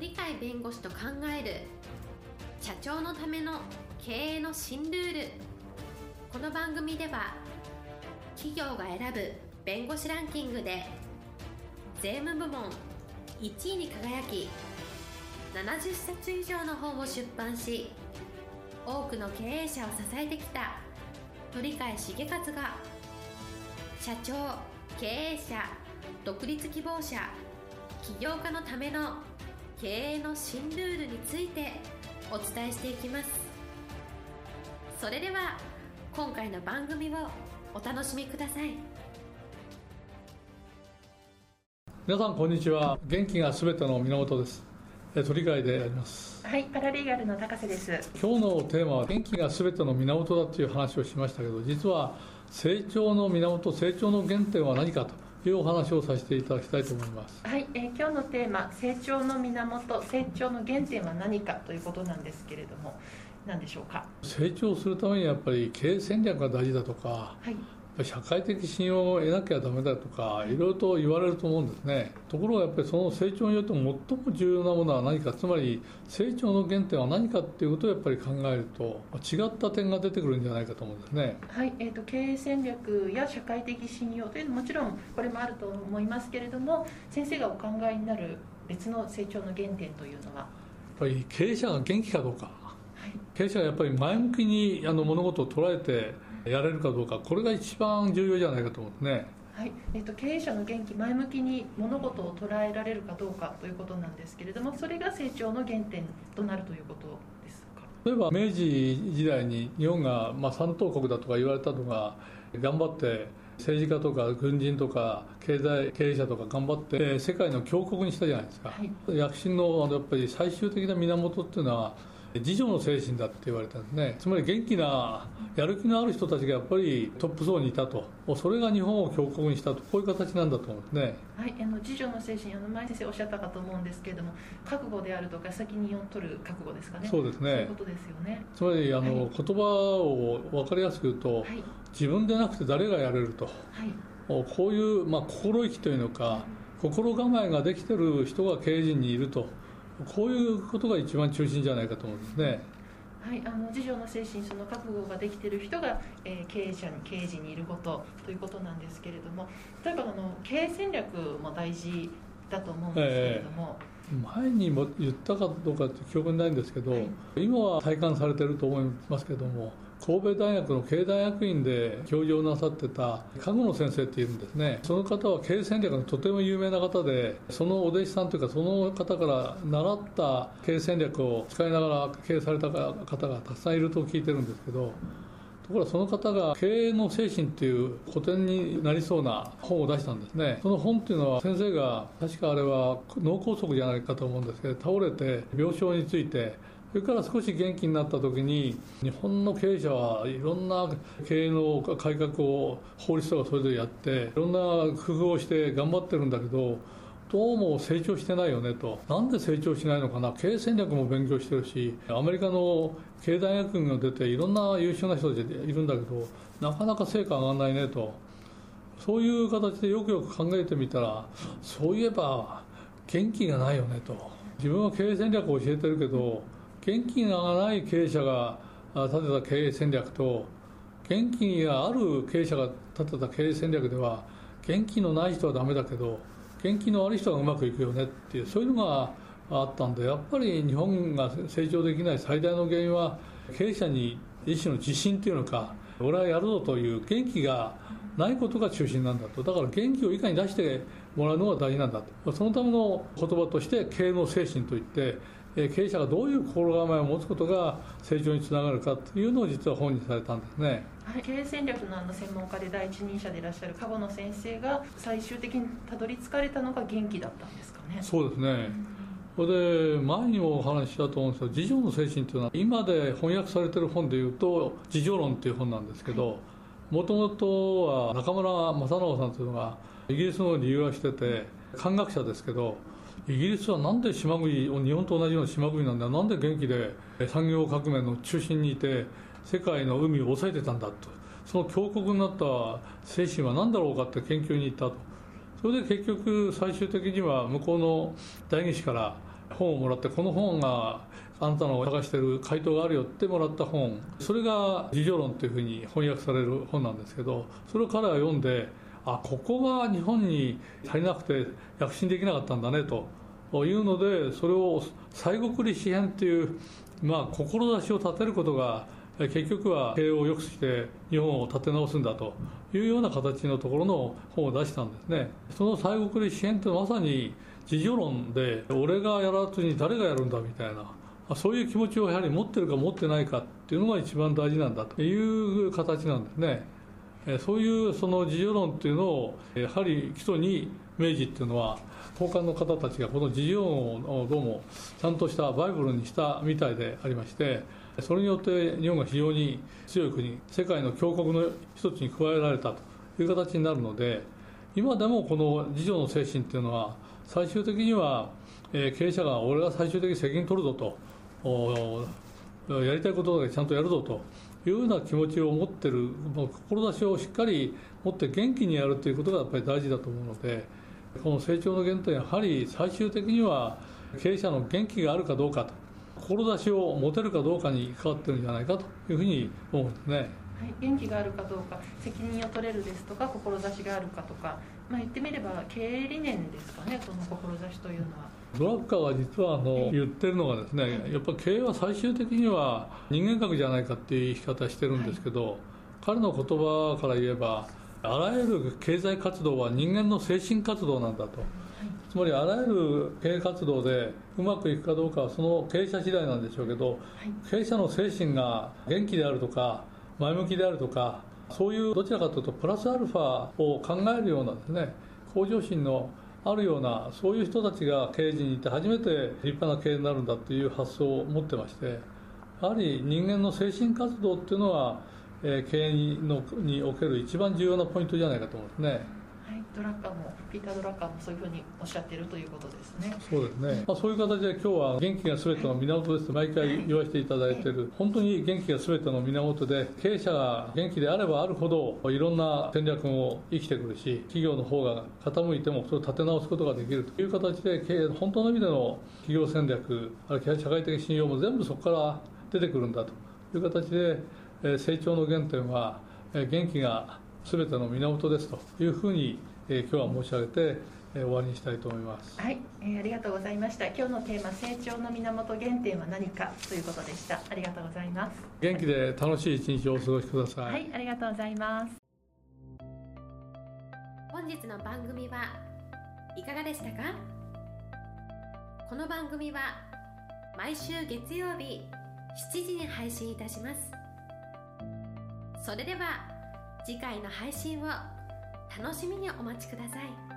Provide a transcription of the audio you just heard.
鳥飼弁護士と考える社長のための経営の新ルール。この番組では企業が選ぶ弁護士ランキングで税務部門1位に輝き、70冊以上の本を出版し、多くの経営者を支えてきた鳥飼茂勝が、社長、経営者、独立希望者、起業家のための経営の新ルールについてお伝えしていきます。それでは今回の番組をお楽しみください。 皆さんこんにちは。元気がすべての源です。鳥飼であります。 はい、パラリーガルの高瀬です。 今日のテーマは元気がすべての源だという話をしましたけど、実は成長の源、成長の原点は何かというお話をさせていただきたいと思います。 はい、今日のテーマ、成長の源、成長の原点は何かということなんですけれども、何でしょうか。 成長するためにやっぱり経営戦略が大事だとか、 はい、 社会的信用を得なきゃダメだとか、いろいろと言われると思うんですね。ところがやっぱりその成長によって最も重要なものは何か、つまり成長の原点は何かっていうことをやっぱり考えると違った点が出てくるんじゃないかと思うんですね。 はい、経営戦略や社会的信用というのはもちろんこれもあると思いますけれども、先生がお考えになる別の成長の原点というのは、 やっぱり経営者が元気かどうか、 はい、 経営者がやっぱり前向きに物事を捉えてやれるかどうか、これが一番重要じゃないかと思うんですね。 はい、経営者の元気、前向きに物事を捉えられるかどうかということなんですけれども、それが成長の原点となるということですか。 例えば明治時代に日本が三等国だとか言われたのが、頑張って政治家とか軍人とか経営者とか頑張って世界の強国にしたじゃないですか。はい、躍進のやっぱり最終的な源っていうのは自助の精神だって言われたんですね。つまり元気なやる気のある人たちがやっぱりトップ層にいたと、それが日本を強国にしたと、こういう形なんだと思うんですね。 はい、自助の精神、前先生おっしゃったかと思うんですけれども、覚悟であるとか責任を取る覚悟ですかね。 そうですね。 そういうことですよね。 つまりはい、言葉を分かりやすく言うと、はい、自分でなくて誰がやれると、はい、こういう、心意気というのか、心構えができてる人が経営陣にいると、こういうことが一番中心じゃないかと思うんですね。 はい、自助の精神、その覚悟ができている人が、経営陣にいることということなんですけれども、例えば経営戦略も大事だと思うんですけれども、 前にも言ったかどうかって記憶にないんですけど、はい、今は体感されていると思いますけども、神戸大学の経営大学院で教授をなさってた加護野先生っているんですね。その方は経営戦略のとても有名な方で、そのお弟子さんというかその方から習った経営戦略を使いながら経営された方がたくさんいると聞いてるんですけど、ところがその方が経営の精神っていう古典になりそうな本を出したんですね。その本っていうのは、先生が確かあれは脳梗塞じゃないかと思うんですけど、倒れて病床について、それから少し元気になった時に、日本の経営者はいろんな経営の改革を法律とかそれぞれやっていろんな工夫をして頑張ってるんだけど、どうも成長してないよねと。なんで成長しないのかな。経営戦略も勉強してるし、アメリカの経営大学院が出ていろんな優秀な人たちいるんだけど、なかなか成果上がらないねと。そういう形でよくよく考えてみたら、そういえば元気がないよねと。自分は経営戦略を教えてるけど、元気がない経営者が立てた経営戦略と、元気がある経営者が立てた経営戦略では、元気のない人はダメだけど元気のある人がうまくいくよねっていう、そういうのがあったんで、やっぱり日本が成長できない最大の原因は、経営者に一種の自信っていうのか、俺はやるぞという元気がないことが中心なんだと。だから元気をいかに出してもらうのが大事なんだと。そのための言葉として経営の精神といって、経営者がどういう心構えを持つことが成長につながるかというのを実は本にされたんですね。 はい、経営戦略の専門家で第一人者でいらっしゃる加護野先生が最終的にたどり着かれたのが元気だったんですかね。 そうですね。それで前にもお話ししたと思うんですけど、自助の精神というのは今で翻訳されている本でいうと自助論という本なんですけど、もともとは中村正直さんというのがイギリスの方に留学してて、漢学者ですけど、イギリスはなんで島国、日本と同じような島国なんだ、なんで元気で産業革命の中心にいて世界の海を抑えてたんだと、その強国になった精神は何だろうかって研究に行ったと。それで結局最終的には向こうの代議士から本をもらって、この本があなたの探してる回答があるよってもらった本、それが自助論というふうに翻訳される本なんですけど、それを彼は読んで、ここが日本に足りなくて躍進できなかったんだねというので、それを西国立志編という、志を立てることが結局は経営を良くして日本を立て直すんだというような形のところの本を出したんですね。その西国立志編というのはまさに自助論で、俺がやらずに誰がやるんだみたいな、そういう気持ちをやはり持ってるか持ってないかっていうのが一番大事なんだという形なんですね。そういうその自助論っていうのをやはり基礎に明治っていうのは高官の方たちがこの自助論をどうもちゃんとしたバイブルにしたみたいでありまして、それによって日本が非常に強い国、世界の強国の一つに加えられたという形になるので、今でもこの自助の精神っていうのは最終的には経営者が俺が最終的に責任取るぞと、やりたいことだけちゃんとやるぞというような気持ちを持ってる、志をしっかり持って元気にやるということがやっぱり大事だと思うので、この成長の原点はやはり最終的には経営者の元気があるかどうかと、志を持てるかどうかに関わってるんじゃないかというふうに思うんですね。 はい、元気があるかどうか、責任を取れるですとか、志があるかとか、言ってみれば経営理念ですかね、この志というのは。 ドラッカーが実は言ってるのがですね、やっぱり経営は最終的には人間学じゃないかっていう言い方してるんですけど、彼の言葉から言えば、あらゆる経済活動は人間の精神活動なんだと。つまりあらゆる経営活動でうまくいくかどうかはその経営者次第なんでしょうけど、経営者の精神が元気であるとか前向きであるとか、そういうどちらかというとプラスアルファを考えるようなですね、向上心のあるような、そういう人たちが経営陣にいて初めて立派な経営になるんだという発想を持ってまして、やはり人間の精神活動っていうのは経営における一番重要なポイントじゃないかと思うんですね。 はい、ピーター・ドラッカーもそういうふうにおっしゃっているということですね。 そうですね、そういう形で今日は元気が全ての源ですと毎回言わせていただいている、本当に元気が全ての源で、経営者が元気であればあるほどいろんな戦略も生きてくるし、企業の方が傾いてもそれを立て直すことができるという形で、本当の意味での企業戦略、あるいは社会的信用も全部そこから出てくるんだという形で、成長の原点は元気が全ての源ですというふうに、今日は申し上げて、終わりにしたいと思います。 はい、ありがとうございました。今日のテーマ、成長の源原点は何かということでした。ありがとうございます。 元気で楽しい一日をお過ごしください。 はい、ありがとうございます。 本日の番組はいかがでしたか？この番組は毎週月曜日7時に配信いたします。それでは次回の配信を楽しみにお待ちください。